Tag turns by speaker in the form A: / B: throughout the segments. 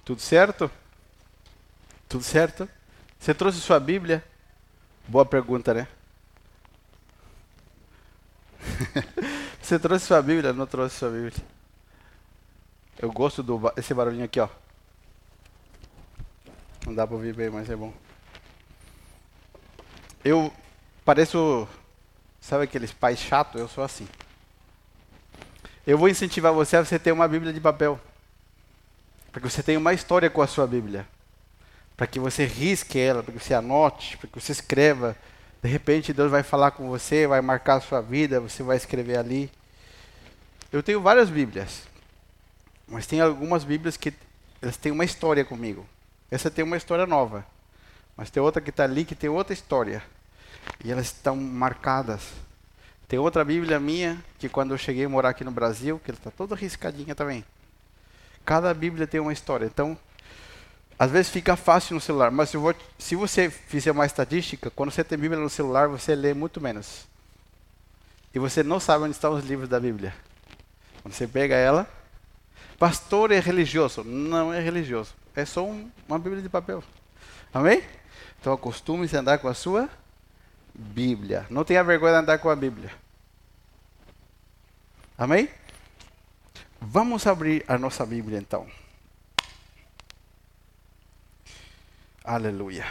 A: Tudo certo? Tudo certo? Você trouxe sua Bíblia? Boa pergunta, né? Você trouxe sua Bíblia? Não trouxe sua Bíblia. Eu gosto desse barulhinho aqui, ó. Não dá pra ouvir bem, mas é bom. Eu pareço, sabe aqueles pais chatos? Eu sou assim. Eu vou incentivar você a você ter uma Bíblia de papel. Para que você tenha uma história com a sua Bíblia. Para que você risque ela, para que você anote, para que você escreva. De repente Deus vai falar com você, vai marcar a sua vida, você vai escrever ali. Eu tenho várias Bíblias, mas tem algumas Bíblias que elas têm uma história comigo. Essa tem uma história nova, mas tem outra que está ali que tem outra história. E elas estão marcadas. Tem outra Bíblia minha, que quando eu cheguei a morar aqui no Brasil, que ela está toda riscadinha também. Cada Bíblia tem uma história. Então, às vezes fica fácil no celular, mas se você fizer uma estatística, quando você tem Bíblia no celular, você lê muito menos. E você não sabe onde estão os livros da Bíblia. Quando você pega ela, pastor é religioso. Não é religioso. É só uma Bíblia de papel. Amém? Então acostume-se a andar com a sua Bíblia. Não tenha vergonha de andar com a Bíblia. Amém? Vamos abrir a nossa Bíblia então. Aleluia.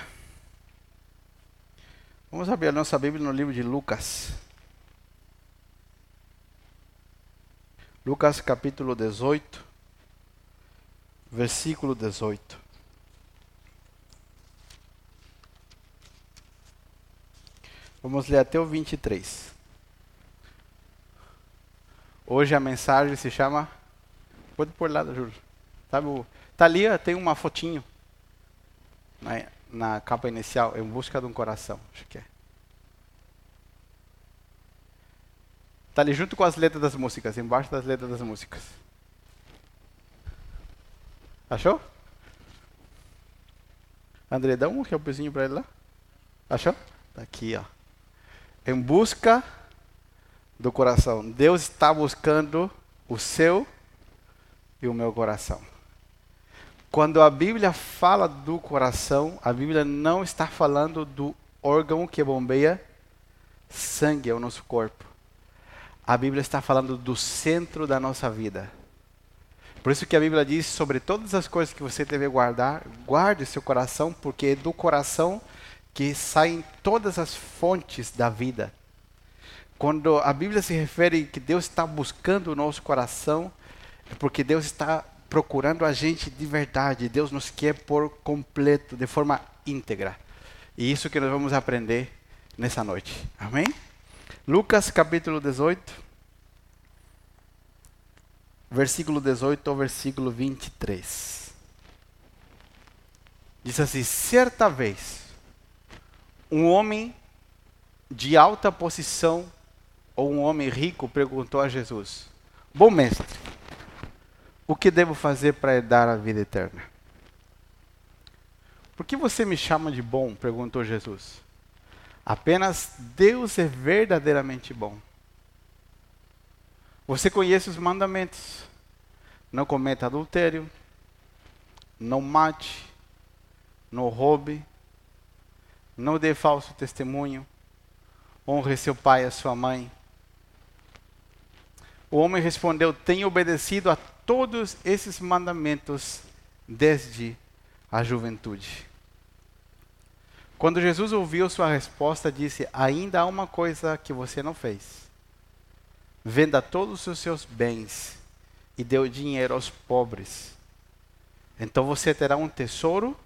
A: Vamos abrir a nossa Bíblia no livro de Lucas. Lucas capítulo 18, versículo 18. Vamos ler até o 23. Hoje a mensagem se chama... Pode pôr lá, Júlio. Sabe tá ali, tem uma fotinho. Na capa inicial, Em Busca de um Coração. Acho que é. Está ali junto com as letras das músicas, embaixo das letras das músicas. Achou? André, dá um helpzinho para ele lá. Achou? Está aqui, ó. Em busca do coração. Deus está buscando o seu e o meu coração. Quando a Bíblia fala do coração, a Bíblia não está falando do órgão que bombeia sangue ao nosso corpo. A Bíblia está falando do centro da nossa vida. Por isso que a Bíblia diz, sobre todas as coisas que você deve guardar, guarde seu coração, porque é do coração que saem todas as fontes da vida. Quando a Bíblia se refere que Deus está buscando o nosso coração, é porque Deus está procurando a gente de verdade. Deus nos quer por completo, de forma íntegra. E isso que nós vamos aprender nessa noite. Amém? Lucas capítulo 18, versículo 18 ao versículo 23. Diz assim: certa vez, um homem de alta posição, ou um homem rico, perguntou a Jesus: bom mestre, o que devo fazer para herdar a vida eterna? Por que você me chama de bom? Perguntou Jesus. Apenas Deus é verdadeiramente bom. Você conhece os mandamentos: não cometa adultério, não mate, não roube, não dê falso testemunho, honre seu pai e a sua mãe. O homem respondeu: tenho obedecido a todos esses mandamentos desde a juventude. Quando Jesus ouviu sua resposta, disse: ainda há uma coisa que você não fez. Venda todos os seus bens e dê o dinheiro aos pobres. Então você terá um tesouro.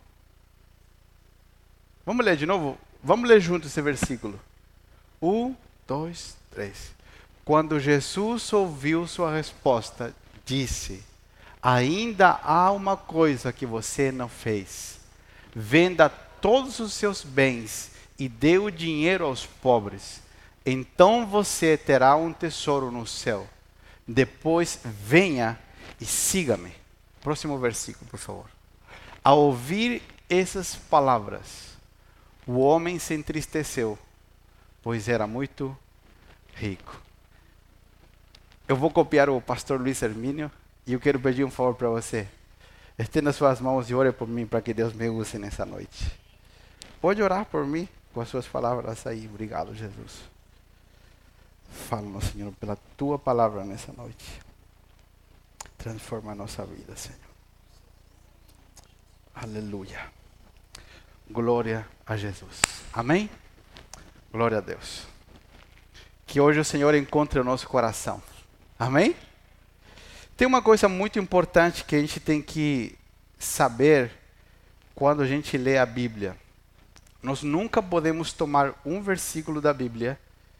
A: Vamos ler de novo? Vamos ler junto esse versículo. 1, 2, 3. Quando Jesus ouviu sua resposta, disse: ainda há uma coisa que você não fez. Venda todos os seus bens e dê o dinheiro aos pobres. Então você terá um tesouro no céu. Depois venha e siga-me. Próximo versículo, por favor. Ao ouvir essas palavras, o homem se entristeceu, pois era muito rico. Eu vou copiar o pastor Luiz Hermínio e eu quero pedir um favor para você. Estenda suas mãos e ore por mim para que Deus me use nessa noite. Pode orar por mim com as suas palavras aí. Obrigado, Jesus. Fala, Senhor, pela tua palavra nessa noite. Transforma a nossa vida, Senhor. Aleluia. Glória a Jesus. Amém? Glória a Deus. Que hoje o Senhor encontre o nosso coração. Amém? Tem uma coisa muito importante que a gente tem que saber quando a gente lê a Bíblia. Nós nunca podemos tomar um versículo da Bíblia,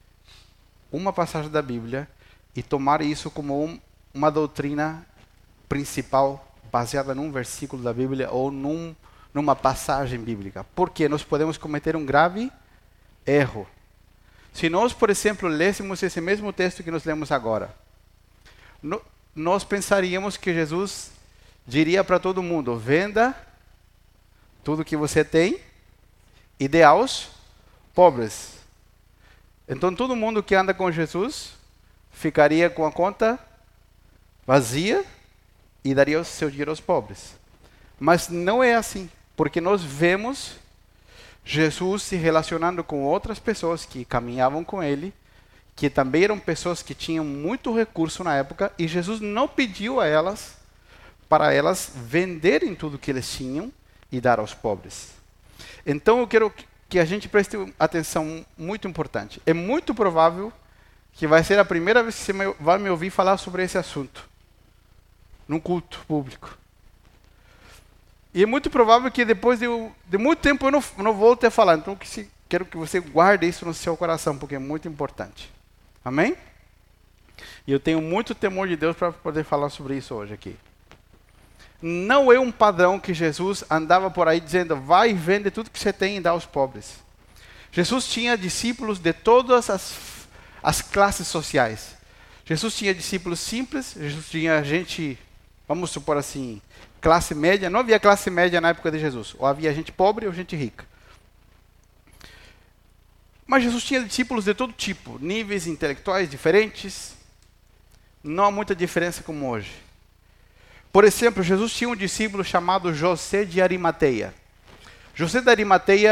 A: uma passagem da Bíblia, e tomar isso como uma doutrina principal baseada num versículo da Bíblia ou numa passagem bíblica. Porque nós podemos cometer um grave erro. Se nós, por exemplo, lêssemos esse mesmo texto que nós lemos agora, nós pensaríamos que Jesus diria para todo mundo: venda tudo que você tem e dê aos pobres. Então todo mundo que anda com Jesus ficaria com a conta vazia e daria o seu dinheiro aos pobres. Mas não é assim, porque nós vemos Jesus se relacionando com outras pessoas que caminhavam com ele, que também eram pessoas que tinham muito recurso na época, e Jesus não pediu a elas para elas venderem tudo que eles tinham e dar aos pobres. Então eu quero que a gente preste atenção muito importante. É muito provável que vai ser a primeira vez que você vai me ouvir falar sobre esse assunto num culto público. E é muito provável que depois de muito tempo eu não volte a falar. Então quero que você guarde isso no seu coração, porque é muito importante. Amém? E eu tenho muito temor de Deus para poder falar sobre isso hoje aqui. Não é um padrão que Jesus andava por aí dizendo: vai e vende tudo que você tem e dá aos pobres. Jesus tinha discípulos de todas as classes sociais. Jesus tinha discípulos simples, Jesus tinha gente, vamos supor assim, classe média. Não havia classe média na época de Jesus. Ou havia gente pobre ou gente rica. Mas Jesus tinha discípulos de todo tipo, níveis intelectuais diferentes. Não há muita diferença como hoje. Por exemplo, Jesus tinha um discípulo chamado José de Arimateia. José de Arimateia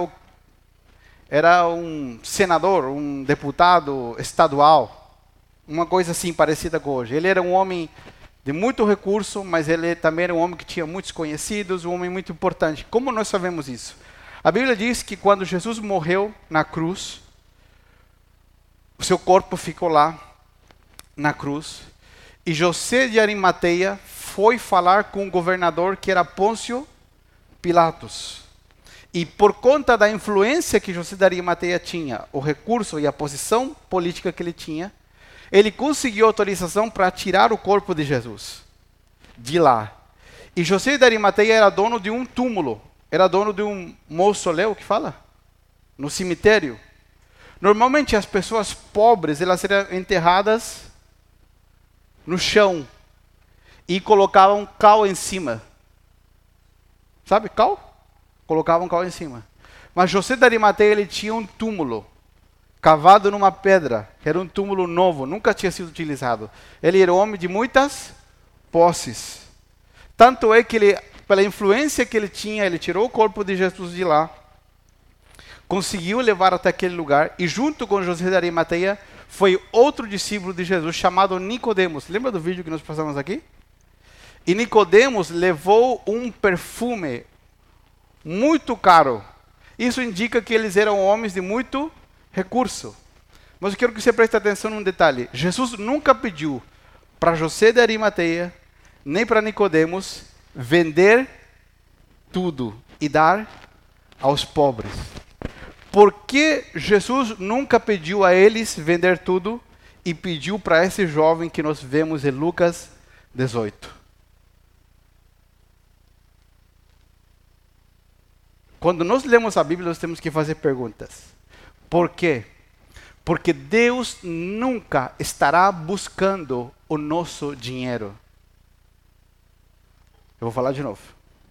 A: era um senador, um deputado estadual, uma coisa assim parecida com hoje. Ele era um homem de muito recurso, mas ele também era um homem que tinha muitos conhecidos, um homem muito importante. Como nós sabemos isso? A Bíblia diz que quando Jesus morreu na cruz, o seu corpo ficou lá na cruz, e José de Arimateia foi falar com o governador que era Pôncio Pilatos. E por conta da influência que José de Arimateia tinha, o recurso e a posição política que ele tinha, ele conseguiu autorização para tirar o corpo de Jesus de lá. E José de Arimateia era dono de um túmulo, era dono de um mausoléu, que fala? No cemitério. Normalmente as pessoas pobres, elas eram enterradas no chão e colocavam cal em cima. Sabe cal? Colocavam cal em cima. Mas José de Arimateia, ele tinha um túmulo cavado numa pedra. Era um túmulo novo, nunca tinha sido utilizado. Ele era um homem de muitas posses. Tanto é que ele, pela influência que ele tinha, ele tirou o corpo de Jesus de lá, conseguiu levar até aquele lugar, e junto com José de Arimateia foi outro discípulo de Jesus chamado Nicodemos. Lembra do vídeo que nós passamos aqui? E Nicodemos levou um perfume muito caro. Isso indica que eles eram homens de muito recurso. Mas eu quero que você preste atenção num detalhe. Jesus nunca pediu para José de Arimateia, nem para Nicodemos, vender tudo e dar aos pobres. Por que Jesus nunca pediu a eles vender tudo e pediu para esse jovem que nós vemos em Lucas 18? Quando nós lemos a Bíblia, nós temos que fazer perguntas. Por quê? Porque Deus nunca estará buscando o nosso dinheiro. Eu vou falar de novo.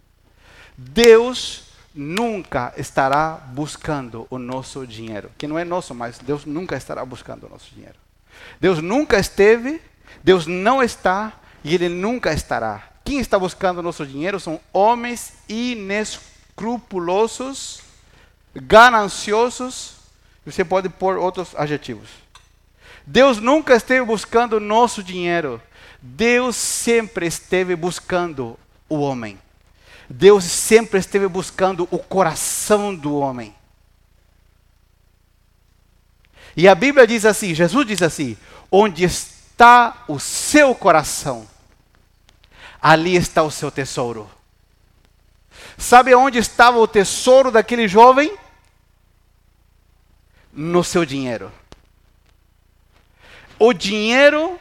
A: Deus nunca estará buscando o nosso dinheiro. Que não é nosso, mas Deus nunca estará buscando o nosso dinheiro. Deus nunca esteve, Deus não está e Ele nunca estará. Quem está buscando nosso dinheiro são homens inescrupulosos, gananciosos. Você pode pôr outros adjetivos. Deus nunca esteve buscando nosso dinheiro. Deus sempre esteve buscando o homem. Deus sempre esteve buscando o coração do homem. E a Bíblia diz assim, Jesus diz assim: onde está o seu coração, ali está o seu tesouro. Sabe onde estava o tesouro daquele jovem? No seu dinheiro. O dinheiro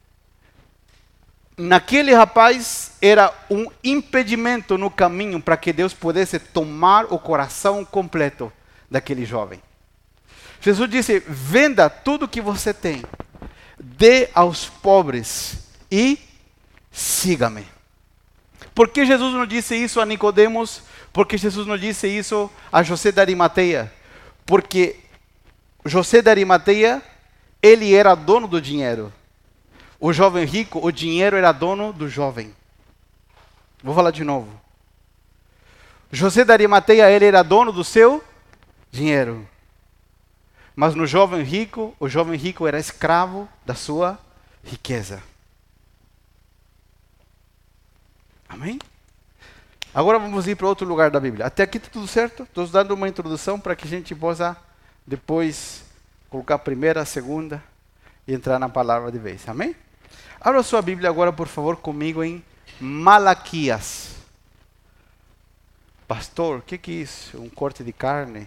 A: naquele rapaz era um impedimento no caminho para que Deus pudesse tomar o coração completo daquele jovem. Jesus disse: venda tudo que você tem, dê aos pobres e siga-me. Por que Jesus não disse isso a Nicodemos? Por que Jesus não disse isso a José de Arimateia? Porque José de Arimateia, ele era dono do dinheiro. O jovem rico, o dinheiro era dono do jovem. Vou falar de novo. José de Arimateia, ele era dono do seu dinheiro. Mas no jovem rico, o jovem rico era escravo da sua riqueza. Amém? Agora vamos ir para outro lugar da Bíblia. Até aqui está tudo certo? Estou dando uma introdução para que a gente possa depois colocar a primeira, a segunda e entrar na palavra de vez. Amém? Abra sua Bíblia agora, por favor, comigo em Malaquias. Pastor, o que é isso? Um corte de carne?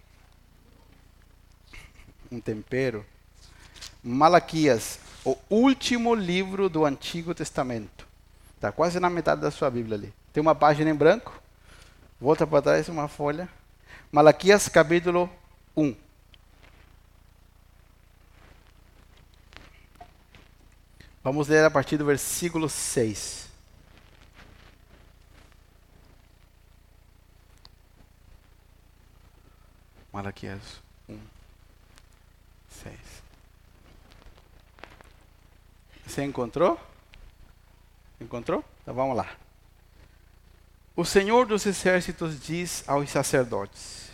A: Um tempero? Malaquias, o último livro do Antigo Testamento. Está quase na metade da sua Bíblia ali. Tem uma página em branco. Volta para trás, uma folha. Malaquias, capítulo 1. Vamos ler a partir do versículo 6. Malaquias 1, 6. Você encontrou? Encontrou? Então vamos lá. O Senhor dos Exércitos diz aos sacerdotes: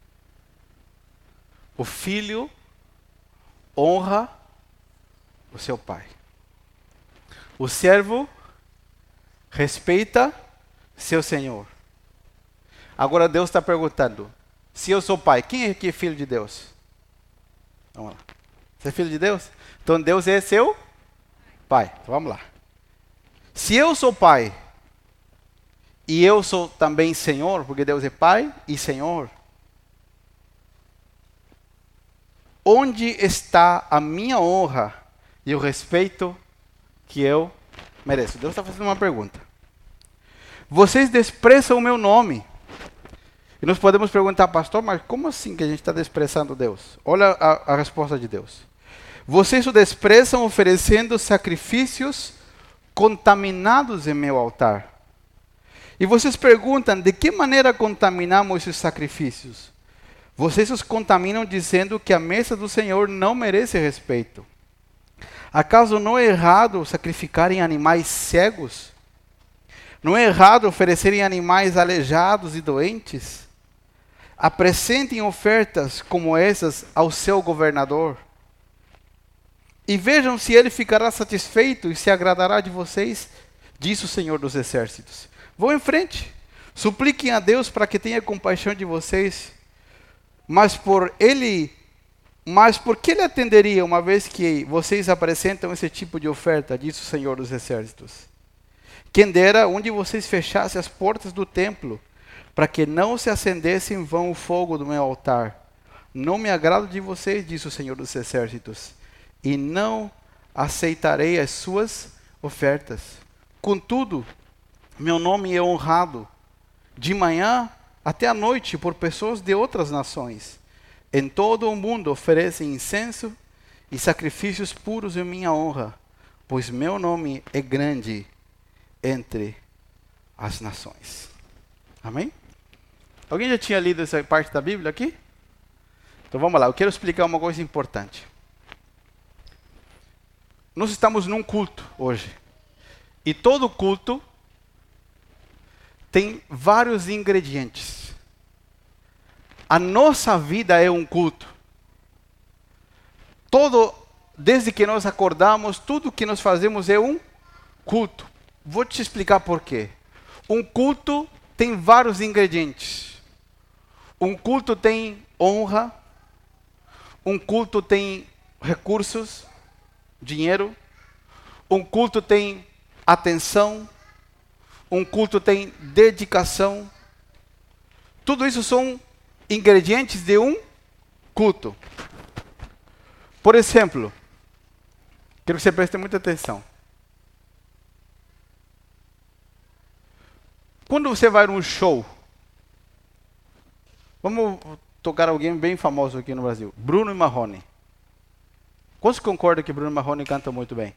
A: o filho honra o seu pai. O servo respeita seu senhor. Agora Deus está perguntando: se eu sou pai, quem é aqui é filho de Deus? Vamos lá. Você é filho de Deus? Então Deus é seu pai. Então vamos lá. Se eu sou pai, e eu sou também senhor, porque Deus é pai e senhor, onde está a minha honra e o respeito que eu mereço? Deus está fazendo uma pergunta. Vocês desprezam o meu nome. E nós podemos perguntar: pastor, mas como assim que a gente está desprezando Deus? Olha a resposta de Deus. Vocês o desprezam oferecendo sacrifícios contaminados em meu altar. E vocês perguntam: de que maneira contaminamos esses sacrifícios? Vocês os contaminam dizendo que a mesa do Senhor não merece respeito. Acaso não é errado sacrificarem animais cegos? Não é errado oferecerem animais aleijados e doentes? Apresentem ofertas como essas ao seu governador. E vejam se ele ficará satisfeito e se agradará de vocês, diz o Senhor dos Exércitos. Vão em frente, supliquem a Deus para que tenha compaixão de vocês. Mas por que ele atenderia uma vez que vocês apresentam esse tipo de oferta, diz o Senhor dos Exércitos? Quem dera onde vocês fechassem as portas do templo, para que não se acendesse em vão o fogo do meu altar. Não me agrado de vocês, diz o Senhor dos Exércitos, e não aceitarei as suas ofertas. Contudo, meu nome é honrado de manhã até à noite por pessoas de outras nações. Em todo o mundo oferecem incenso e sacrifícios puros em minha honra, pois meu nome é grande entre as nações. Amém? Alguém já tinha lido essa parte da Bíblia aqui? Então vamos lá, eu quero explicar uma coisa importante. Nós estamos num culto hoje. E todo culto tem vários ingredientes. A nossa vida é um culto. Desde que nós acordamos, tudo que nós fazemos é um culto. Vou te explicar por quê. Um culto tem vários ingredientes. Um culto tem honra. Um culto tem recursos, dinheiro. Um culto tem atenção. Um culto tem dedicação. Tudo isso são ingredientes de um culto. Por exemplo, quero que você preste muita atenção. Quando você vai num show, vamos tocar alguém bem famoso aqui no Brasil, Bruno e Marrone. Quantos concordam que Bruno e Marrone cantam muito bem?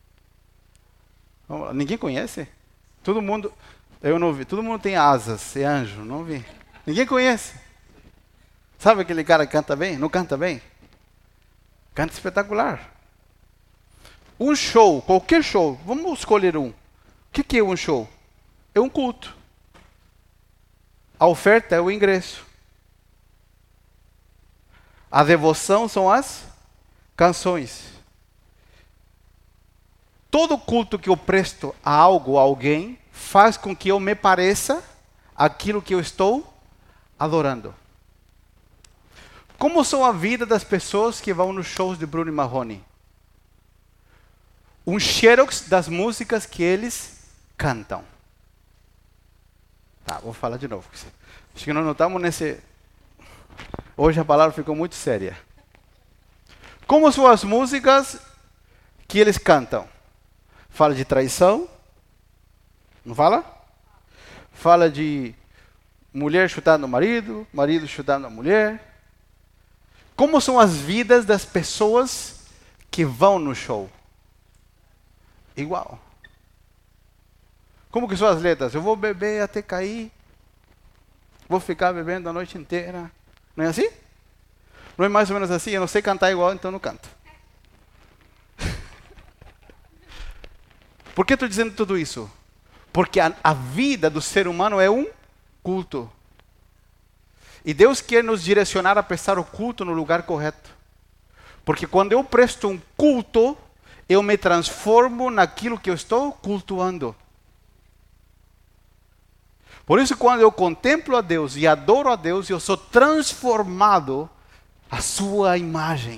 A: Ninguém conhece? Todo mundo, eu não vi, todo mundo tem asas, é anjo, não vi. Ninguém conhece. Sabe aquele cara que canta bem? Não canta bem? Canta espetacular. Um show, qualquer show, vamos escolher um. O que é um show? É um culto. A oferta é o ingresso. A devoção são as canções. Todo culto que eu presto a algo, a alguém, faz com que eu me pareça aquilo que eu estou adorando. Como são a vida das pessoas que vão nos shows de Bruno e Marrone? Um xerox das músicas que eles cantam. Tá, vou falar de novo. Acho que nós não estamos nesse... Hoje a palavra ficou muito séria. Como são as músicas que eles cantam? Fala de traição. Não fala? Fala de mulher chutando o marido, marido chutando a mulher. Como são as vidas das pessoas que vão no show? Igual. Como que são as letras? Eu vou beber até cair. Vou ficar bebendo a noite inteira. Não é assim? Não é mais ou menos assim? Eu não sei cantar igual, então não canto. Por que estou dizendo tudo isso? Porque a vida do ser humano é um culto. E Deus quer nos direcionar a prestar o culto no lugar correto. Porque quando eu presto um culto, eu me transformo naquilo que eu estou cultuando. Por isso, quando eu contemplo a Deus e adoro a Deus, eu sou transformado à sua imagem.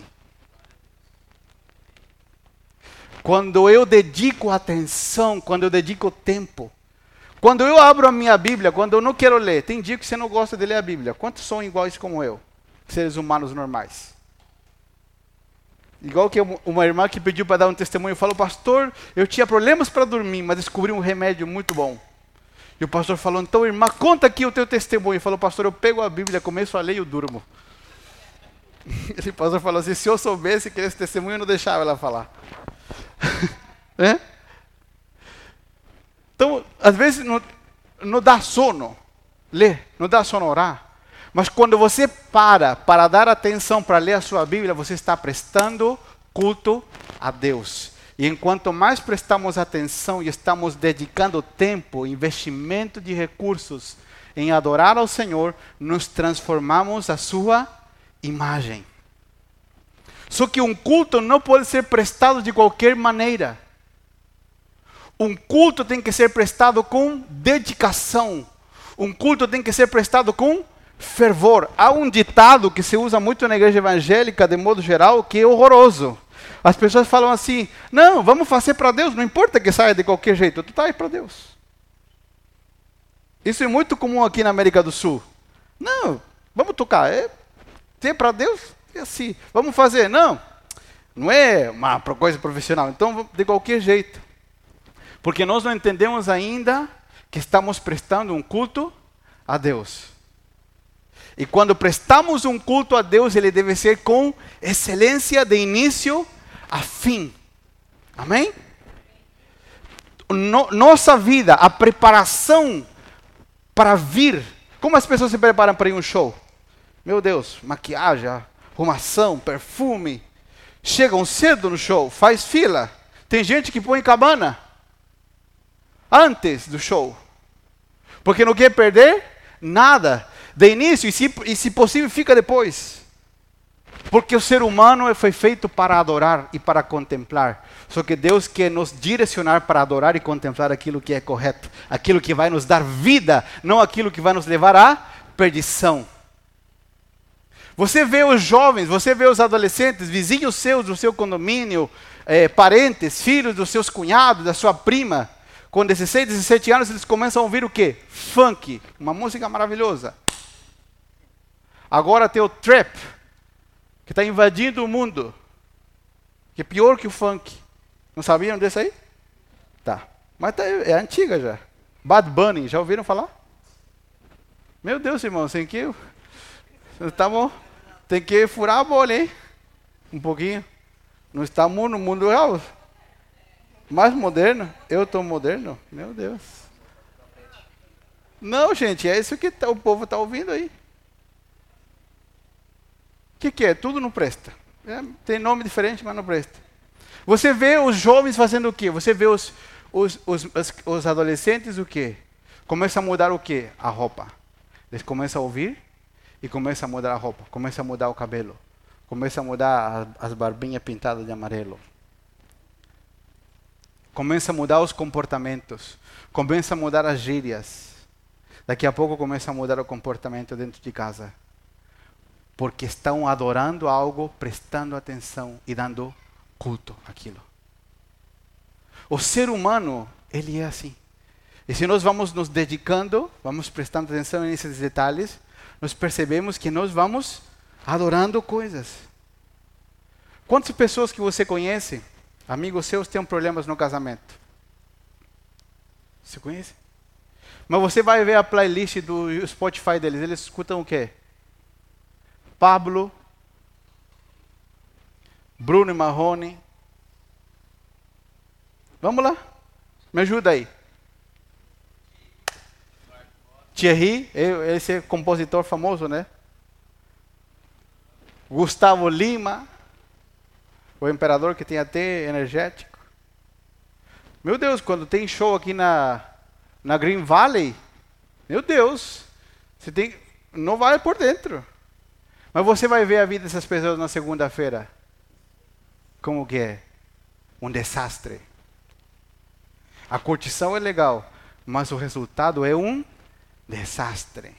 A: Quando eu dedico atenção, quando eu dedico tempo, quando eu abro a minha Bíblia, quando eu não quero ler, tem dia que você não gosta de ler a Bíblia. Quantos são iguais como eu? Seres humanos normais. Igual que uma irmã que pediu para dar um testemunho, falou, pastor, eu tinha problemas para dormir, mas descobri um remédio muito bom. E o pastor falou, então irmã, conta aqui o teu testemunho. Falou, pastor, eu pego a Bíblia, começo a ler e eu durmo. Esse pastor falou assim, se eu soubesse que esse testemunho, eu não deixava ela falar. É? Então, às vezes não dá sono ler, não dá sono orar. Mas quando você para dar atenção para ler a sua Bíblia, você está prestando culto a Deus. E enquanto mais prestamos atenção e estamos dedicando tempo, investimento de recursos em adorar ao Senhor, nos transformamos à sua imagem. Só que um culto não pode ser prestado de qualquer maneira. Um culto tem que ser prestado com dedicação. Um culto tem que ser prestado com fervor. Há um ditado que se usa muito na igreja evangélica, de modo geral, que é horroroso. As pessoas falam assim, não, vamos fazer para Deus, não importa que saia de qualquer jeito, tu está aí para Deus. Isso é muito comum aqui na América do Sul. Não, vamos tocar, é para Deus, é assim. Vamos fazer, não é uma coisa profissional, então de qualquer jeito. Porque nós não entendemos ainda que estamos prestando um culto a Deus. E quando prestamos um culto a Deus, ele deve ser com excelência de início a fim. Amém? Nossa vida, a preparação para vir. Como as pessoas se preparam para ir a um show? Meu Deus, maquiagem, arrumação, perfume. Chegam cedo no show, faz fila. Tem gente que põe cabana antes do show. Porque não quer perder nada de início e se possível fica depois. Porque o ser humano foi feito para adorar e para contemplar. Só que Deus quer nos direcionar para adorar e contemplar aquilo que é correto. Aquilo que vai nos dar vida, não aquilo que vai nos levar à perdição. Você vê os jovens, você vê os adolescentes, vizinhos seus do seu condomínio, parentes, filhos dos seus cunhados, da sua prima. Com 16, 17 anos eles começam a ouvir o quê? Funk, uma música maravilhosa. Agora tem o trap, que está invadindo o mundo, que é pior que o funk. Não sabiam desse aí? Tá. Mas é antiga já. Bad Bunny, já ouviram falar? Meu Deus, irmãos, tem que furar a bolha, hein? Um pouquinho. Não estamos no mundo real. Mais moderno? Eu estou moderno? Meu Deus. Não, gente, é isso que o povo está ouvindo aí. O que é? Tudo não presta. Tem nome diferente, mas não presta. Você vê os jovens fazendo o quê? Você vê os adolescentes o quê? Começa a mudar o quê? A roupa. Eles começam a ouvir e começam a mudar a roupa. Começam a mudar o cabelo. Começam a mudar as barbinhas pintadas de amarelo. Começa a mudar os comportamentos. Começa a mudar as gírias. Daqui a pouco começa a mudar o comportamento dentro de casa. Porque estão adorando algo, prestando atenção e dando culto àquilo. O ser humano, ele é assim. E se nós vamos nos dedicando, vamos prestando atenção nesses detalhes, nós percebemos que nós vamos adorando coisas. Quantas pessoas que você conhece, amigos seus, têm problemas no casamento? Você conhece? Mas você vai ver a playlist do Spotify deles, eles escutam o quê? Pablo, Bruno e Marrone. Vamos lá, me ajuda aí. Thierry, esse é compositor famoso, né? Gustavo Lima, o imperador que tem até energético. Meu Deus, quando tem show aqui na Green Valley, meu Deus, não vai por dentro. Mas você vai ver a vida dessas pessoas na segunda-feira. Como que é? Um desastre. A curtição é legal, mas o resultado é um desastre.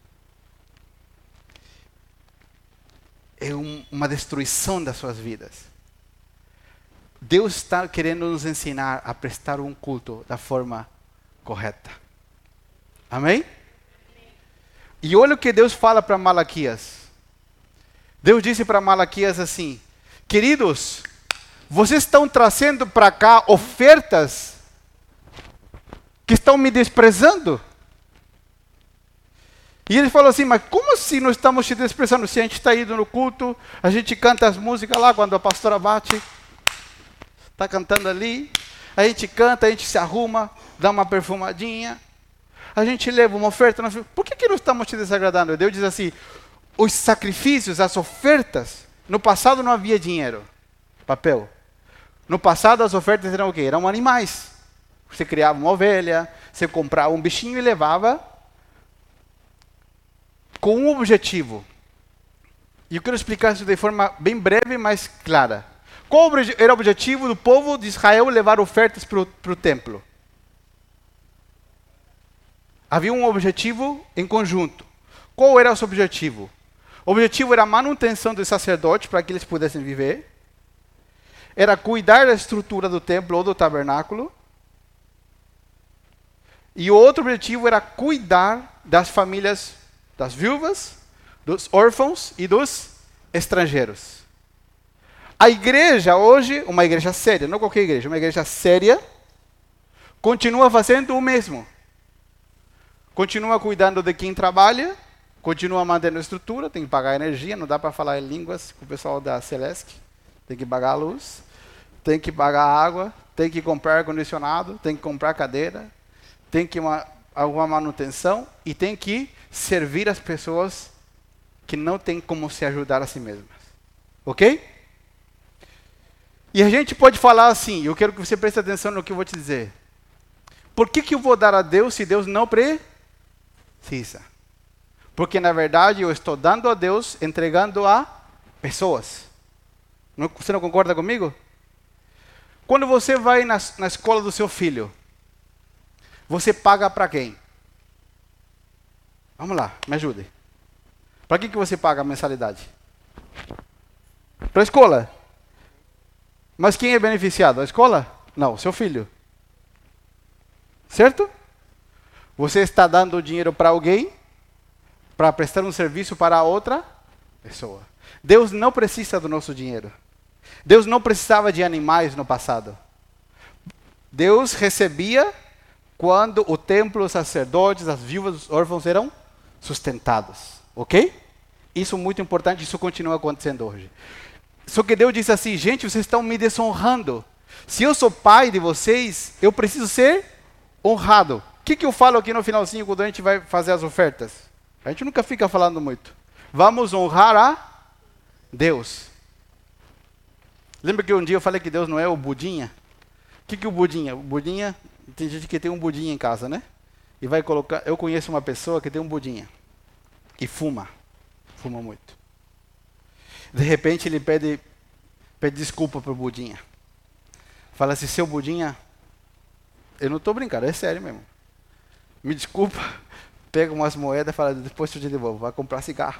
A: É uma destruição das suas vidas. Deus está querendo nos ensinar a prestar um culto da forma correta. Amém? E olha o que Deus fala para Malaquias. Deus disse para Malaquias assim: queridos, vocês estão trazendo para cá ofertas que estão me desprezando. E ele falou assim, mas como assim nós estamos te desprezando? Se a gente está indo no culto, a gente canta as músicas lá, quando a pastora bate, está cantando ali, a gente canta, a gente se arruma, dá uma perfumadinha, a gente leva uma oferta, por que nós estamos te desagradando? Deus diz assim, os sacrifícios, as ofertas, no passado não havia dinheiro, papel. No passado as ofertas eram o quê? Eram animais. Você criava uma ovelha, você comprava um bichinho e levava com um objetivo. E eu quero explicar isso de forma bem breve, mas clara. Qual era o objetivo do povo de Israel levar ofertas para o templo? Havia um objetivo em conjunto. Qual era o seu objetivo? O objetivo era a manutenção dos sacerdotes para que eles pudessem viver. Era cuidar da estrutura do templo ou do tabernáculo. E o outro objetivo era cuidar das famílias, das viúvas, dos órfãos e dos estrangeiros. A igreja hoje, uma igreja séria, não qualquer igreja, uma igreja séria, continua fazendo o mesmo. Continua cuidando de quem trabalha, continua mantendo a estrutura, tem que pagar a energia, não dá para falar em línguas com o pessoal da Celeste, tem que pagar a luz, tem que pagar a água, tem que comprar ar-condicionado, tem que comprar cadeira, tem que alguma manutenção e tem que servir as pessoas que não têm como se ajudar a si mesmas. Ok? E a gente pode falar assim, eu quero que você preste atenção no que eu vou te dizer. Por que eu vou dar a Deus se Deus não precisa. Porque na verdade eu estou dando a Deus, entregando a pessoas. Você não concorda comigo? Quando você vai na escola do seu filho, você paga para quem? Vamos lá, me ajude. Para que você paga a mensalidade? Para a escola. Mas quem é beneficiado? A escola? Não, seu filho. Certo? Você está dando o dinheiro para alguém para prestar um serviço para outra pessoa. Deus não precisa do nosso dinheiro. Deus não precisava de animais no passado. Deus recebia quando o templo, os sacerdotes, as viúvas, os órfãos eram sustentados. Ok? Isso é muito importante, isso continua acontecendo hoje. Só que Deus disse assim, gente, vocês estão me desonrando. Se eu sou pai de vocês, eu preciso ser honrado. O que eu falo aqui no finalzinho quando a gente vai fazer as ofertas? A gente nunca fica falando muito. Vamos honrar a Deus. Lembra que um dia eu falei que Deus não é o budinha? O que é o budinha? O budinha, tem gente que tem um budinha em casa, né? E vai colocar... Eu conheço uma pessoa que tem um budinha. E fuma. Fuma muito. De repente ele pede desculpa pro budinha. Fala assim, seu budinha... Eu não estou brincando, é sério mesmo. Me desculpa. Pega umas moedas e fala, depois eu te devolvo. Vai comprar cigarro.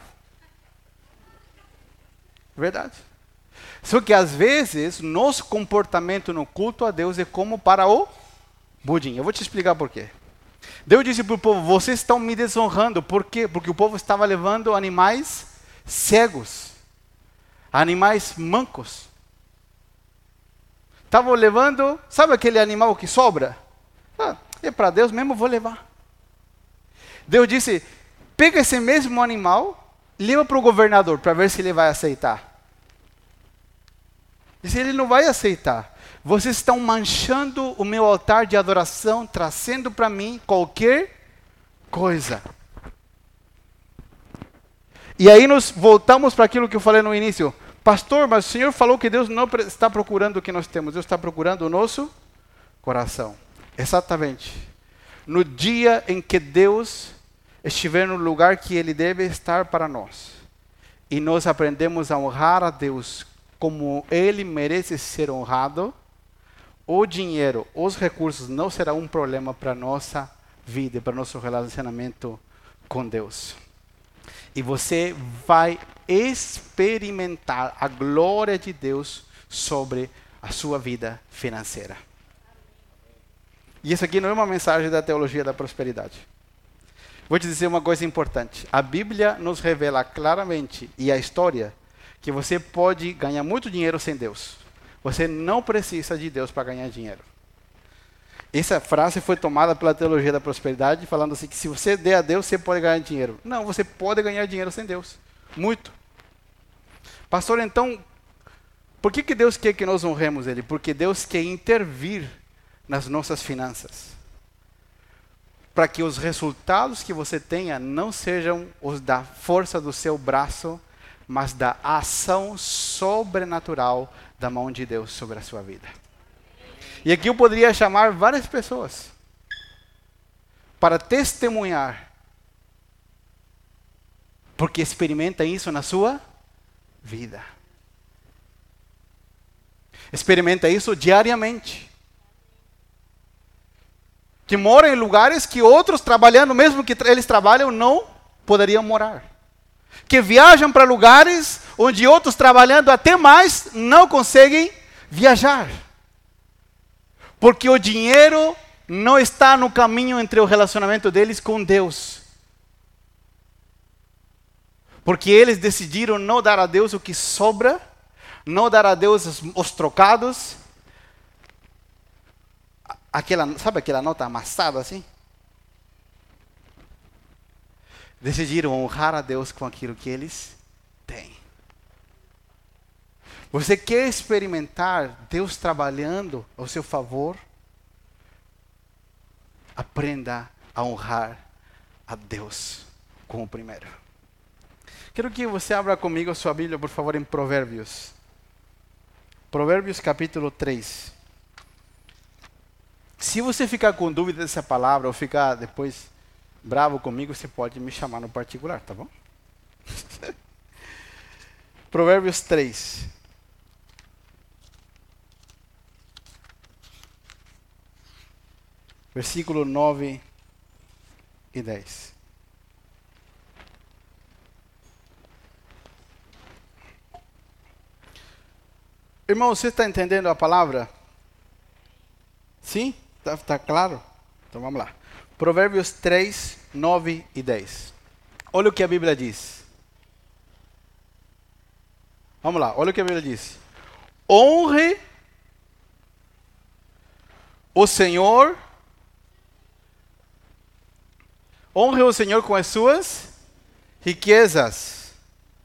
A: Verdade. Só que às vezes, nosso comportamento no culto a Deus é como para o budinha. Eu vou te explicar por quê. Deus disse para o povo, vocês estão me desonrando. Por quê? Porque o povo estava levando animais cegos. Animais mancos. Estavam levando, sabe aquele animal que sobra? É para Deus mesmo, vou levar. Deus disse, pega esse mesmo animal, leva para o governador, para ver se ele vai aceitar. Disse, ele não vai aceitar. Vocês estão manchando o meu altar de adoração, trazendo para mim qualquer coisa. E aí nós voltamos para aquilo que eu falei no início. Pastor, mas o Senhor falou que Deus não está procurando o que nós temos. Deus está procurando o nosso coração. Exatamente. No dia em que Deus estiver no lugar que Ele deve estar para nós, e nós aprendemos a honrar a Deus como Ele merece ser honrado, o dinheiro, os recursos não serão um problema para a nossa vida, para o nosso relacionamento com Deus. E você vai experimentar a glória de Deus sobre a sua vida financeira. E isso aqui não é uma mensagem da teologia da prosperidade. Vou te dizer uma coisa importante. A Bíblia nos revela claramente, e a história, que você pode ganhar muito dinheiro sem Deus. Você não precisa de Deus para ganhar dinheiro. Essa frase foi tomada pela teologia da prosperidade, falando assim, que se você der a Deus, você pode ganhar dinheiro. Não, você pode ganhar dinheiro sem Deus. Muito. Pastor, então, por que Deus quer que nós honremos Ele? Porque Deus quer intervir nas nossas finanças. Para que os resultados que você tenha não sejam os da força do seu braço, mas da ação sobrenatural da mão de Deus sobre a sua vida. E aqui eu poderia chamar várias pessoas para testemunhar, porque experimenta isso na sua vida. Experimenta isso diariamente. Que moram em lugares que outros trabalhando, mesmo que eles trabalham, não poderiam morar. Que viajam para lugares onde outros trabalhando até mais não conseguem viajar. Porque o dinheiro não está no caminho entre o relacionamento deles com Deus. Porque eles decidiram não dar a Deus o que sobra, não dar a Deus os trocados. Sabe aquela nota amassada assim? Decidiram honrar a Deus com aquilo que eles têm. Você quer experimentar Deus trabalhando ao seu favor? Aprenda a honrar a Deus como primeiro. Quero que você abra comigo a sua Bíblia, por favor, em Provérbios. Provérbios capítulo 3. Se você ficar com dúvida dessa palavra, ou ficar depois bravo comigo, você pode me chamar no particular, tá bom? Provérbios 3. Versículo 9 e 10. Irmão, você está entendendo a palavra? Sim? Tá claro? Então vamos lá. Provérbios 3, 9 e 10. Olha o que a Bíblia diz. Vamos lá, olha o que a Bíblia diz. Honre o Senhor. Honre o Senhor com as suas riquezas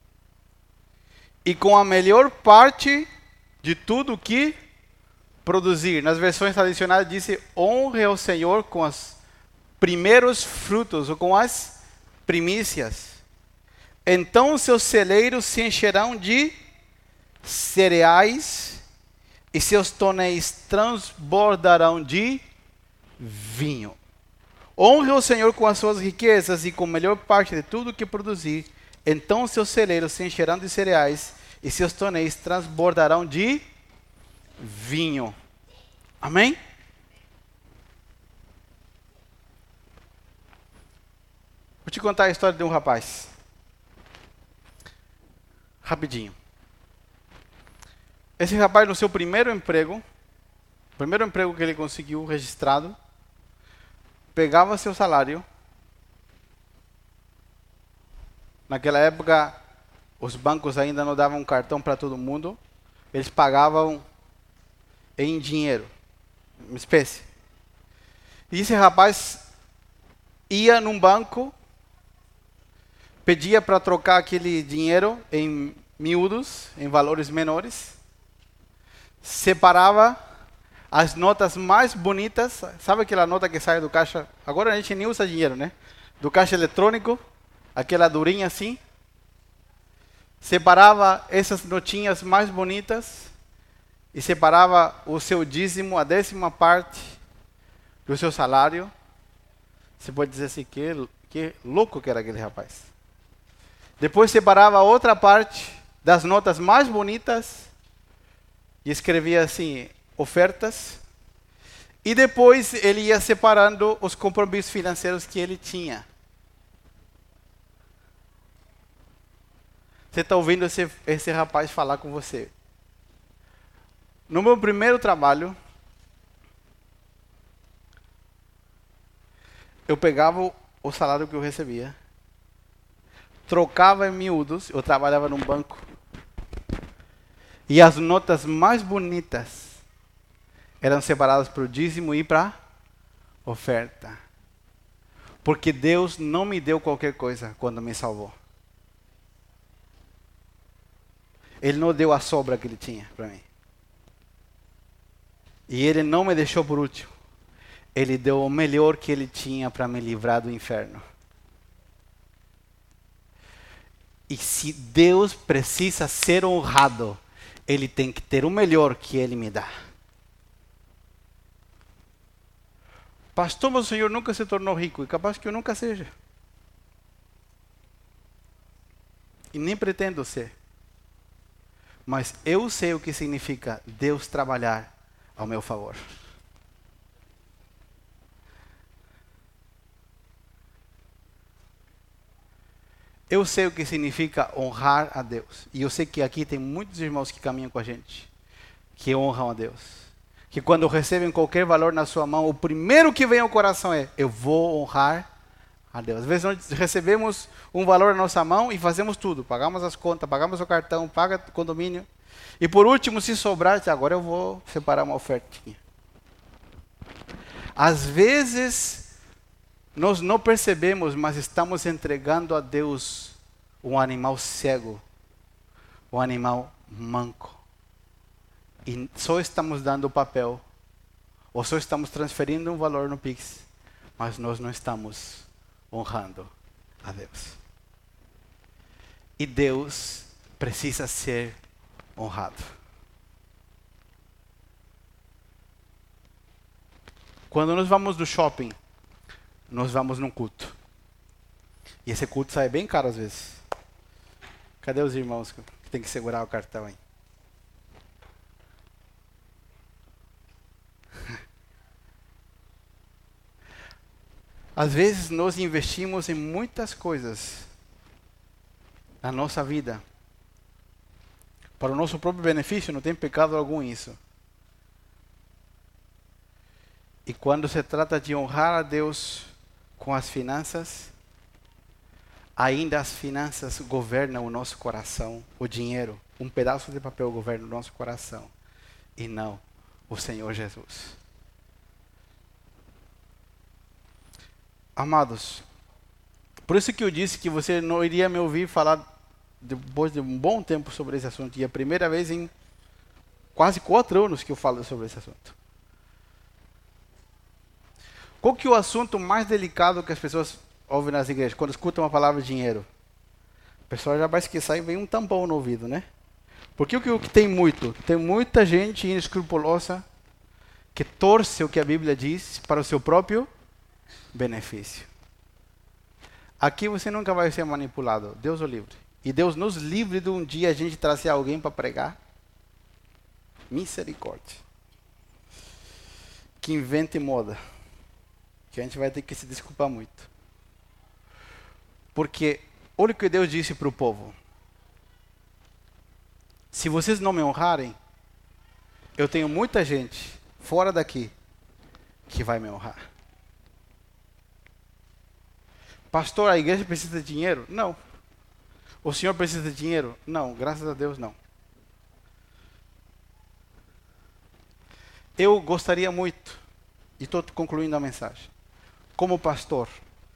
A: e com a melhor parte de tudo que produzir. Nas versões tradicionais diz: honre ao Senhor com os primeiros frutos ou com as primícias. Então seus celeiros se encherão de cereais e seus tonéis transbordarão de vinho. Honre o Senhor com as suas riquezas e com a melhor parte de tudo que produzir. Então seus celeiros se encherão de cereais e seus tonéis transbordarão de vinho. Amém? Vou te contar a história de um rapaz. Rapidinho. Esse rapaz, no seu primeiro emprego que ele conseguiu registrado, pegava seu salário. Naquela época, os bancos ainda não davam cartão para todo mundo. Eles pagavam em dinheiro, uma espécie. E esse rapaz ia num banco, pedia para trocar aquele dinheiro em miúdos, em valores menores, separava as notas mais bonitas. Sabe aquela nota que sai do caixa? Agora a gente nem usa dinheiro, né? Do caixa eletrônico, aquela durinha assim. Separava essas notinhas mais bonitas e separava o seu dízimo, a 10ª parte do seu salário. Você pode dizer assim, que louco que era aquele rapaz. Depois separava outra parte das notas mais bonitas e escrevia assim, ofertas. E depois ele ia separando os compromissos financeiros que ele tinha. Você está ouvindo esse rapaz falar com você. No meu primeiro trabalho, eu pegava o salário que eu recebia, trocava em miúdos, eu trabalhava num banco, e as notas mais bonitas eram separadas para o dízimo e para oferta. Porque Deus não me deu qualquer coisa quando me salvou. Ele não deu a sobra que ele tinha para mim. E ele não me deixou por último. Ele deu o melhor que ele tinha para me livrar do inferno. E se Deus precisa ser honrado, Ele tem que ter o melhor que Ele me dá. Pastor, mas o Senhor nunca se tornou rico, e capaz que eu nunca seja. E nem pretendo ser. Mas eu sei o que significa Deus trabalhar ao meu favor. Eu sei o que significa honrar a Deus. E eu sei que aqui tem muitos irmãos que caminham com a gente, que honram a Deus. Que quando recebem qualquer valor na sua mão, o primeiro que vem ao coração é: eu vou honrar a Deus. Às vezes nós recebemos um valor na nossa mão e fazemos tudo. Pagamos as contas, pagamos o cartão, paga o condomínio. E por último, se sobrar, agora eu vou separar uma ofertinha. Às vezes nós não percebemos, mas estamos entregando a Deus um animal cego, um animal manco. E só estamos dando o papel, ou só estamos transferindo um valor no Pix, mas nós não estamos honrando a Deus. E Deus precisa ser honrado. Quando nós vamos no shopping, nós vamos num culto. E esse culto sai bem caro às vezes. Cadê os irmãos que tem que segurar o cartão aí? Às vezes nós investimos em muitas coisas na nossa vida para o nosso próprio benefício, não tem pecado algum nisso. E quando se trata de honrar a Deus com as finanças, ainda as finanças governam o nosso coração, o dinheiro, um pedaço de papel governa o nosso coração, e não o Senhor Jesus. Amados, por isso que eu disse que você não iria me ouvir falar depois de um bom tempo sobre esse assunto, e é a primeira vez em quase 4 anos que eu falo sobre esse assunto. Qual que é o assunto mais delicado que as pessoas ouvem nas igrejas, quando escutam a palavra dinheiro? O pessoal já vai esquecer e vem um tampão no ouvido, né? Porque o que tem muito? Tem muita gente inescrupulosa que torce o que a Bíblia diz para o seu próprio benefício. Aqui você nunca vai ser manipulado, Deus o livre. E Deus nos livre de um dia a gente trazer alguém para pregar. Misericórdia. Que invente moda. Que a gente vai ter que se desculpar muito. Porque olha o que Deus disse para o povo. Se vocês não me honrarem, eu tenho muita gente fora daqui que vai me honrar. Pastor, a igreja precisa de dinheiro? Não. O senhor precisa de dinheiro? Não, graças a Deus não. Eu gostaria muito, e estou concluindo a mensagem, como pastor,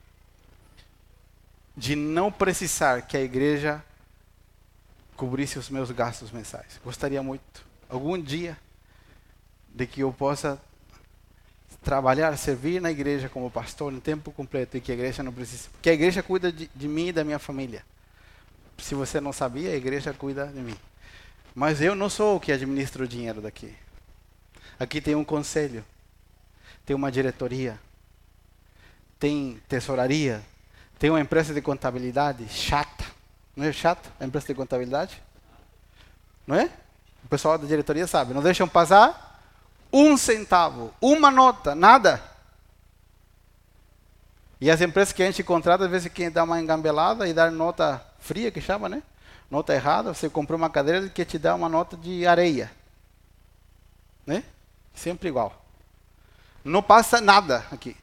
A: de não precisar que a igreja cobrisse os meus gastos mensais. Gostaria muito, algum dia, de que eu possa trabalhar, servir na igreja como pastor em tempo completo e que a igreja não precise. Porque a igreja cuida de mim e da minha família. Se você não sabia, a igreja cuida de mim. Mas eu não sou o que administra o dinheiro daqui. Aqui tem um conselho, tem uma diretoria, tem tesouraria, tem uma empresa de contabilidade chata. Não é chata a empresa de contabilidade? Não é? O pessoal da diretoria sabe, não deixam passar 1 centavo, uma nota, nada. E as empresas que a gente contrata, às vezes quem dá uma engambelada e dá nota fria, que chama, né? Nota errada, você comprou uma cadeira que te dá uma nota de areia. Né? Sempre igual. Não passa nada aqui.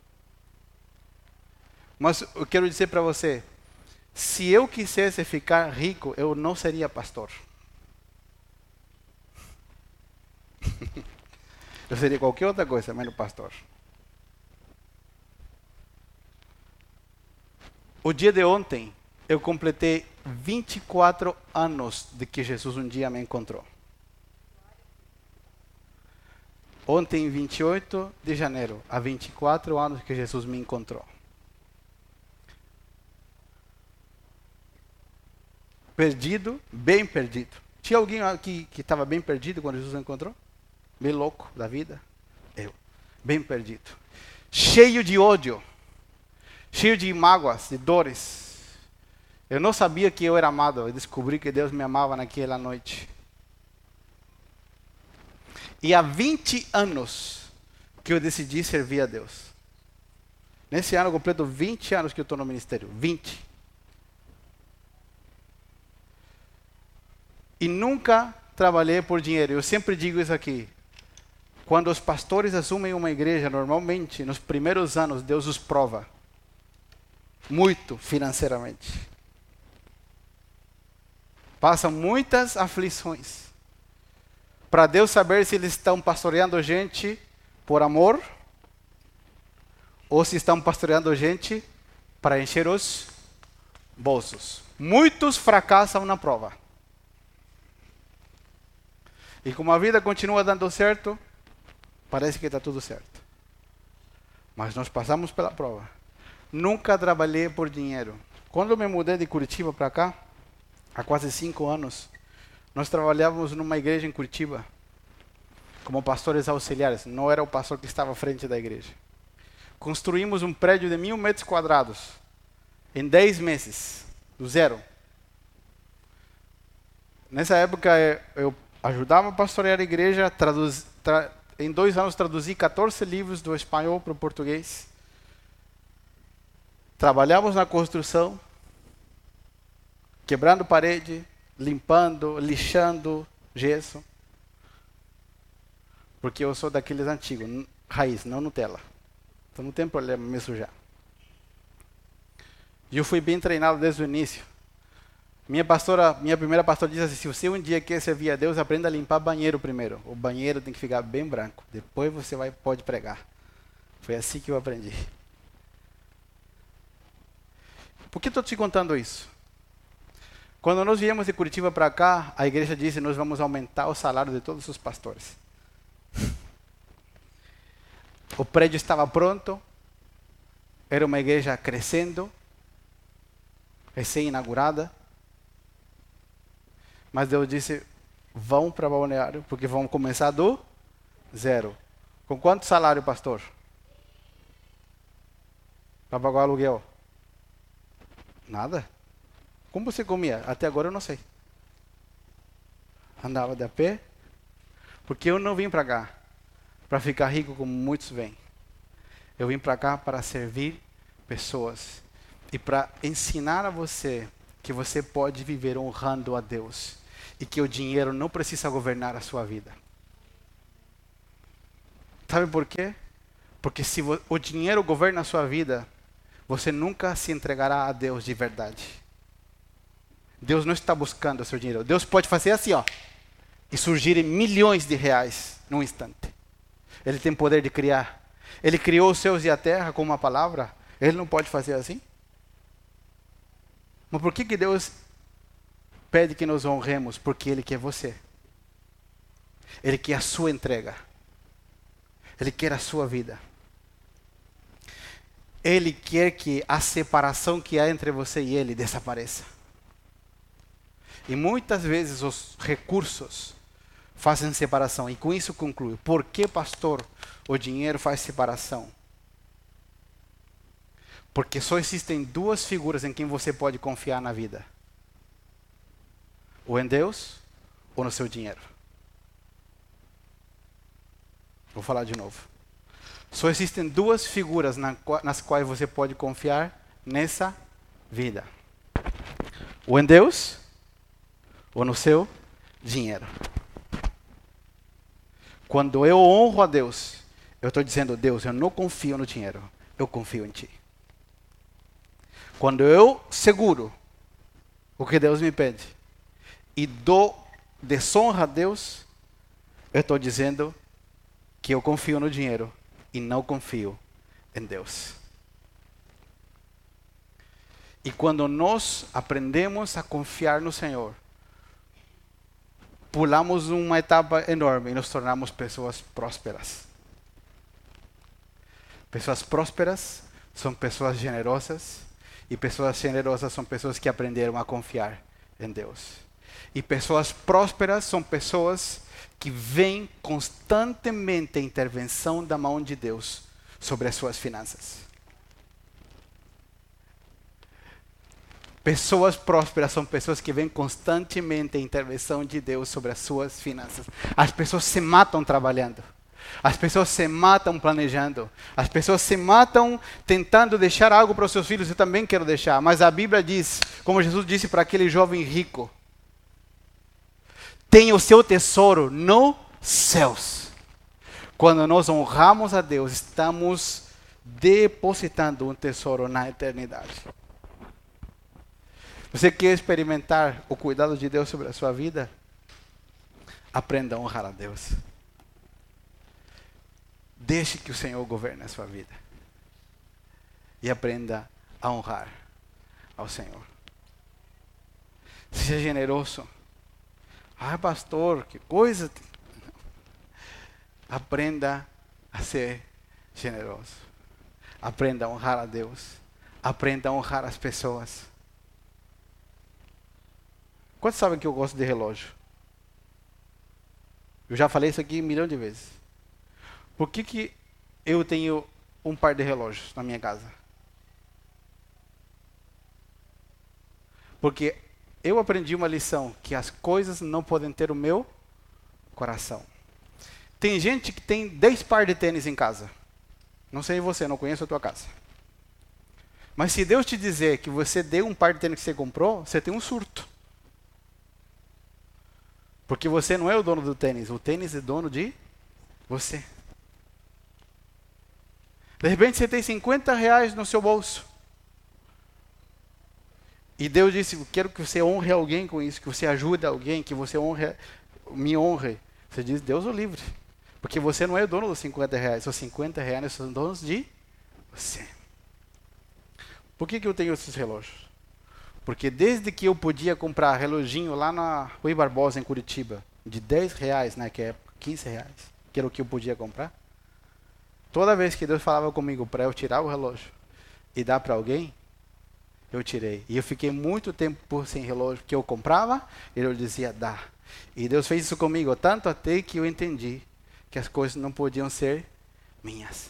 A: Mas eu quero dizer para você, se eu quisesse ficar rico, eu não seria pastor. Eu seria qualquer outra coisa, menos pastor. O dia de ontem, eu completei 24 anos de que Jesus um dia me encontrou. Ontem, 28 de janeiro, há 24 anos que Jesus me encontrou. Perdido, bem perdido. Tinha alguém aqui que estava bem perdido quando Jesus me encontrou? Bem louco da vida? Eu. Bem perdido. Cheio de ódio. Cheio de mágoas, de dores. Eu não sabia que eu era amado. Eu descobri que Deus me amava naquela noite. E há 20 anos que eu decidi servir a Deus. Nesse ano eu completo 20 anos que eu estou no ministério. 20. E nunca trabalhei por dinheiro. Eu sempre digo isso aqui. Quando os pastores assumem uma igreja, normalmente, nos primeiros anos, Deus os prova. Muito financeiramente. Passam muitas aflições. Para Deus saber se eles estão pastoreando gente por amor, ou se estão pastoreando gente para encher os bolsos. Muitos fracassam na prova. E como a vida continua dando certo, parece que está tudo certo. Mas nós passamos pela prova. Nunca trabalhei por dinheiro. Quando eu me mudei de Curitiba para cá, há quase 5 anos, nós trabalhávamos numa igreja em Curitiba, como pastores auxiliares. Não era o pastor que estava à frente da igreja. Construímos um prédio de 1.000 metros quadrados, Em 10 meses, do zero. Nessa época eu ajudava a pastorear a igreja, em 2 anos traduzi 14 livros do espanhol para o português. Trabalhávamos na construção, quebrando parede, limpando, lixando gesso. Porque eu sou daqueles antigos, raiz, não Nutella. Então não tem problema me sujar. E eu fui bem treinado desde o início. Minha primeira pastora disse assim, se você um dia quer servir a Deus, aprenda a limpar banheiro primeiro. O banheiro tem que ficar bem branco. Depois você pode pregar. Foi assim que eu aprendi. Por que estou te contando isso? Quando nós viemos de Curitiba para cá, a igreja disse, nós vamos aumentar o salário de todos os pastores. O prédio estava pronto. Era uma igreja crescendo. Recém-inaugurada. Mas Deus disse, vão para Balneário, porque vão começar do zero. Com quanto salário, pastor? Para pagar o aluguel? Nada. Como você comia? Até agora eu não sei. Andava de a pé? Porque eu não vim para cá para ficar rico como muitos vêm. Eu vim para cá para servir pessoas e para ensinar a você que você pode viver honrando a Deus e que o dinheiro não precisa governar a sua vida. Sabe por quê? Porque se o dinheiro governa a sua vida, você nunca se entregará a Deus de verdade. Deus não está buscando o seu dinheiro. Deus pode fazer assim, ó, e surgirem milhões de reais num instante. Ele tem poder de criar. Ele criou os céus e a terra com uma palavra. Ele não pode fazer assim? Mas por que Deus pede que nos honremos? Porque Ele quer você. Ele quer a sua entrega. Ele quer a sua vida. Ele quer que a separação que há entre você e Ele desapareça. E muitas vezes os recursos fazem separação. E com isso concluo. Por que, pastor, o dinheiro faz separação? Porque só existem 2 figuras em quem você pode confiar na vida. Ou em Deus, ou no seu dinheiro. Vou falar de novo. Só existem 2 figuras nas quais você pode confiar nessa vida. Ou em Deus, ou no seu dinheiro. Quando eu honro a Deus, eu estou dizendo, Deus, eu não confio no dinheiro, eu confio em Ti. Quando eu seguro o que Deus me pede e dou desonra a Deus, eu estou dizendo que eu confio no dinheiro e não confio em Deus. E quando nós aprendemos a confiar no Senhor, pulamos uma etapa enorme e nos tornamos pessoas prósperas. Pessoas prósperas são pessoas generosas. E pessoas generosas são pessoas que aprenderam a confiar em Deus. E pessoas prósperas são pessoas que veem constantemente a intervenção da mão de Deus sobre as suas finanças. Pessoas prósperas são pessoas que veem constantemente a intervenção de Deus sobre as suas finanças. As pessoas se matam trabalhando. As pessoas se matam planejando. As pessoas se matam tentando deixar algo para os seus filhos. Eu também quero deixar. Mas a Bíblia diz, como Jesus disse para aquele jovem rico, tenha o seu tesouro nos céus. Quando nós honramos a Deus, estamos depositando um tesouro na eternidade. Você quer experimentar o cuidado de Deus sobre a sua vida? Aprenda a honrar a Deus. Deixe que o Senhor governe a sua vida. E aprenda a honrar ao Senhor. Seja generoso. Ah, pastor, que coisa. Aprenda a ser generoso. Aprenda a honrar a Deus. Aprenda a honrar as pessoas. Quantos sabem que eu gosto de relógio? Eu já falei isso aqui 1 milhão de vezes. Por que eu tenho um par de relógios na minha casa? Porque eu aprendi uma lição, que as coisas não podem ter o meu coração. Tem gente que tem 10 pares de tênis em casa. Não sei você, não conheço a tua casa. Mas se Deus te dizer que você deu um par de tênis que você comprou, você tem um surto. Porque você não é o dono do tênis, o tênis é dono de você. De repente você tem R$ 50 no seu bolso. E Deus disse, eu quero que você honre alguém com isso, que você ajude alguém, que você me honre. Você diz, Deus o livre. Porque você não é o dono dos R$ 50, os R$ 50 são donos de você. Por que eu tenho esses relógios? Porque desde que eu podia comprar reloginho lá na Rui Barbosa, em Curitiba, de R$ 10 naquela época, R$ 15, que era o que eu podia comprar, toda vez que Deus falava comigo para eu tirar o relógio e dar para alguém, eu tirei. E eu fiquei muito tempo sem relógio, porque eu comprava e ele dizia, dá. E Deus fez isso comigo, tanto até que eu entendi que as coisas não podiam ser minhas.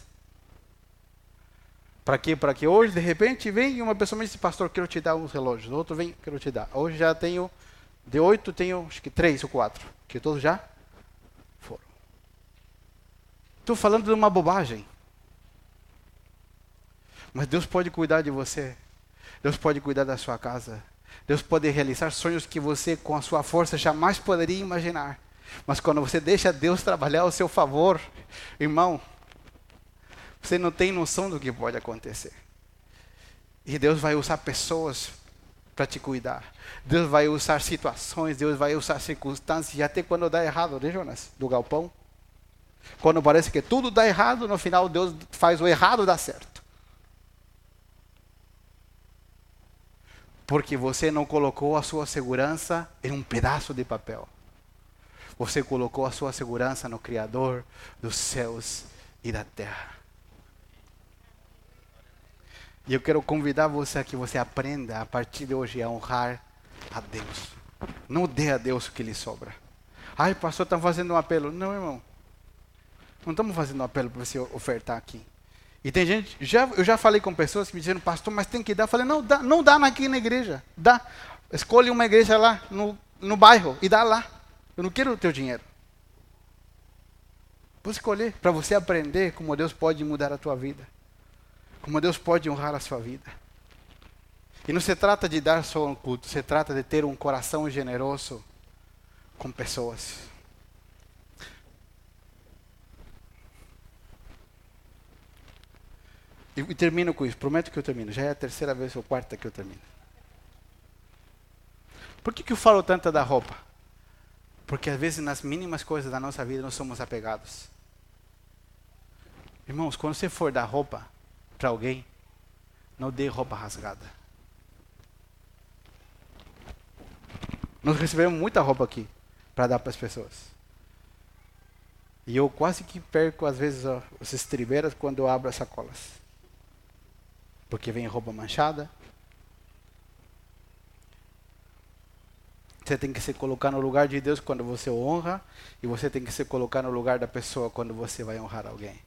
A: Para quê? Para que hoje, de repente, vem uma pessoa e diz, pastor, quero te dar uns relógios. Outro vem, quero te dar. Hoje já tenho, de 8, tenho acho que 3 ou 4, que todos já foram. Estou falando de uma bobagem. Mas Deus pode cuidar de você. Deus pode cuidar da sua casa. Deus pode realizar sonhos que você, com a sua força, jamais poderia imaginar. Mas quando você deixa Deus trabalhar ao seu favor, irmão, você não tem noção do que pode acontecer. E Deus vai usar pessoas para te cuidar. Deus vai usar situações, Deus vai usar circunstâncias, e até quando dá errado, né, Jonas? Do galpão. Quando parece que tudo dá errado, no final Deus faz o errado dar certo. Porque você não colocou a sua segurança em um pedaço de papel. Você colocou a sua segurança no Criador dos céus e da terra. E eu quero convidar você a que você aprenda a partir de hoje a honrar a Deus. Não dê a Deus o que lhe sobra. Ai, pastor, está fazendo um apelo. Não, irmão. Não estamos fazendo um apelo para você ofertar aqui. E tem gente, eu já falei com pessoas que me disseram, pastor, mas tem que dar. Eu falei, não dá aqui na igreja. Dá. Escolhe uma igreja lá no bairro e dá lá. Eu não quero o teu dinheiro. Vou escolher para você aprender como Deus pode mudar a tua vida. Como Deus pode honrar a sua vida. E não se trata de dar só um culto, se trata de ter um coração generoso com pessoas. E termino com isso, prometo que eu termino. Já é a terceira vez ou quarta que eu termino. Por que eu falo tanto da roupa? Porque às vezes nas mínimas coisas da nossa vida nós somos apegados. Irmãos, quando você for dar roupa para alguém, não dê roupa rasgada. Nós recebemos muita roupa aqui para dar para as pessoas. E eu quase que perco às vezes as estribeiras quando eu abro as sacolas. Porque vem roupa manchada. Você tem que se colocar no lugar de Deus quando você o honra. E você tem que se colocar no lugar da pessoa quando você vai honrar alguém.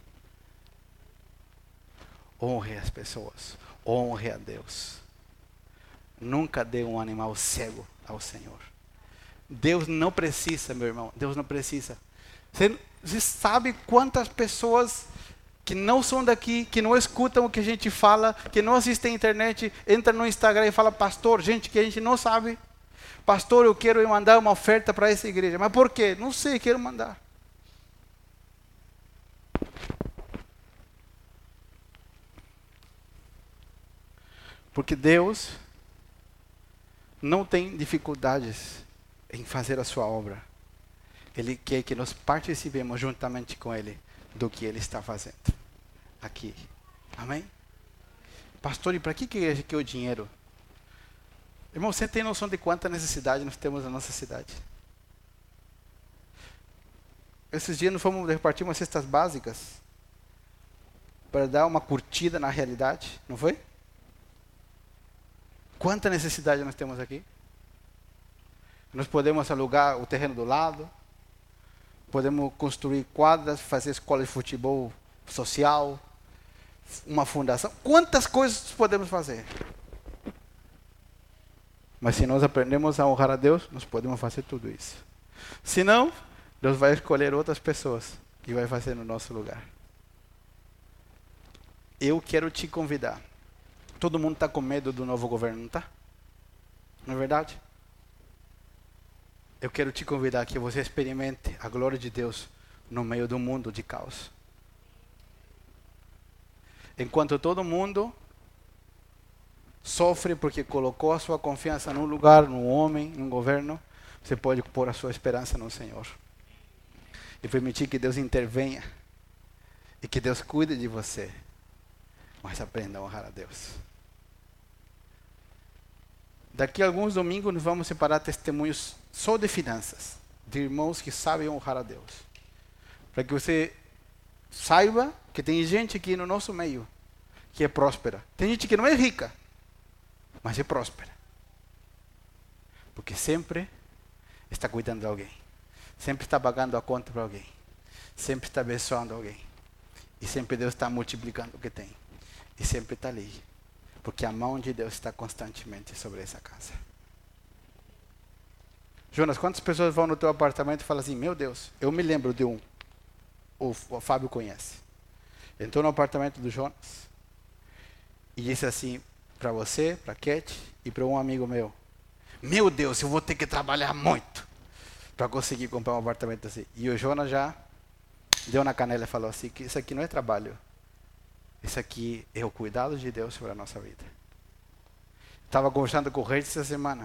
A: Honre as pessoas. Honre a Deus. Nunca dê um animal cego ao Senhor. Deus não precisa, meu irmão. Deus não precisa. Você sabe quantas pessoas que não são daqui, que não escutam o que a gente fala, que não assistem a internet, entram no Instagram e falam, pastor, gente que a gente não sabe. Pastor, eu quero mandar uma oferta para essa igreja. Mas por quê? Não sei, quero mandar. Porque Deus não tem dificuldades em fazer a sua obra. Ele quer que nós participemos juntamente com Ele do que Ele está fazendo aqui. Amém? Pastor, e para que a igreja quer o dinheiro? Irmão, você tem noção de quanta necessidade nós temos na nossa cidade? Esses dias nós fomos repartir umas cestas básicas para dar uma curtida na realidade, não foi? Quanta necessidade nós temos aqui? Nós podemos alugar o terreno do lado, podemos construir quadras, fazer escola de futebol social, uma fundação. Quantas coisas podemos fazer? Mas se nós aprendemos a honrar a Deus, nós podemos fazer tudo isso. Se não, Deus vai escolher outras pessoas e vai fazer no nosso lugar. Eu quero te convidar. Todo mundo está com medo do novo governo, não está? Não é verdade? Eu quero te convidar que você experimente a glória de Deus no meio do mundo de caos. Enquanto todo mundo sofre porque colocou a sua confiança num lugar, num homem, num governo, você pode pôr a sua esperança no Senhor. E permitir que Deus intervenha. E que Deus cuide de você. Mas aprenda a honrar a Deus. Daqui a alguns domingos nós vamos separar testemunhos só de finanças. De irmãos que sabem honrar a Deus. Para que você saiba que tem gente aqui no nosso meio que é próspera. Tem gente que não é rica, mas é próspera. Porque sempre está cuidando de alguém. Sempre está pagando a conta para alguém. Sempre está abençoando alguém. E sempre Deus está multiplicando o que tem. E sempre está ali. Porque a mão de Deus está constantemente sobre essa casa. Jonas, quantas pessoas vão no teu apartamento e falam assim, meu Deus, eu me lembro de um. O Fábio conhece. Entrou no apartamento do Jonas e disse assim para você, para Cat e para um amigo meu. Meu Deus, eu vou ter que trabalhar muito para conseguir comprar um apartamento assim. E o Jonas já deu na canela e falou assim, que isso aqui não é trabalho. Isso aqui é o cuidado de Deus sobre a nossa vida. Estava conversando com o rei essa semana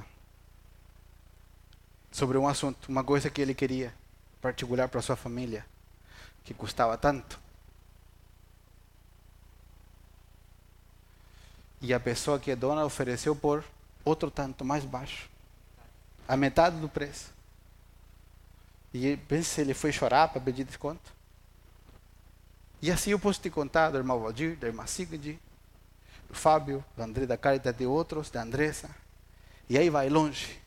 A: sobre um assunto, uma coisa que ele queria, particular para sua família, que custava tanto. E a pessoa que é dona ofereceu por outro tanto mais baixo. A metade do preço. E pensa se ele foi chorar para pedir desconto. E assim eu posso te contar do irmão Valdir, da irmã Sigrid, do Fábio, do André da Caritas, de outros, da Andressa. E aí vai longe.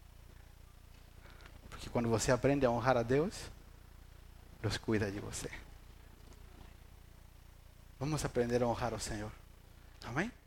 A: Porque quando você aprende a honrar a Deus, Deus cuida de você. Vamos aprender a honrar o Senhor. Amém?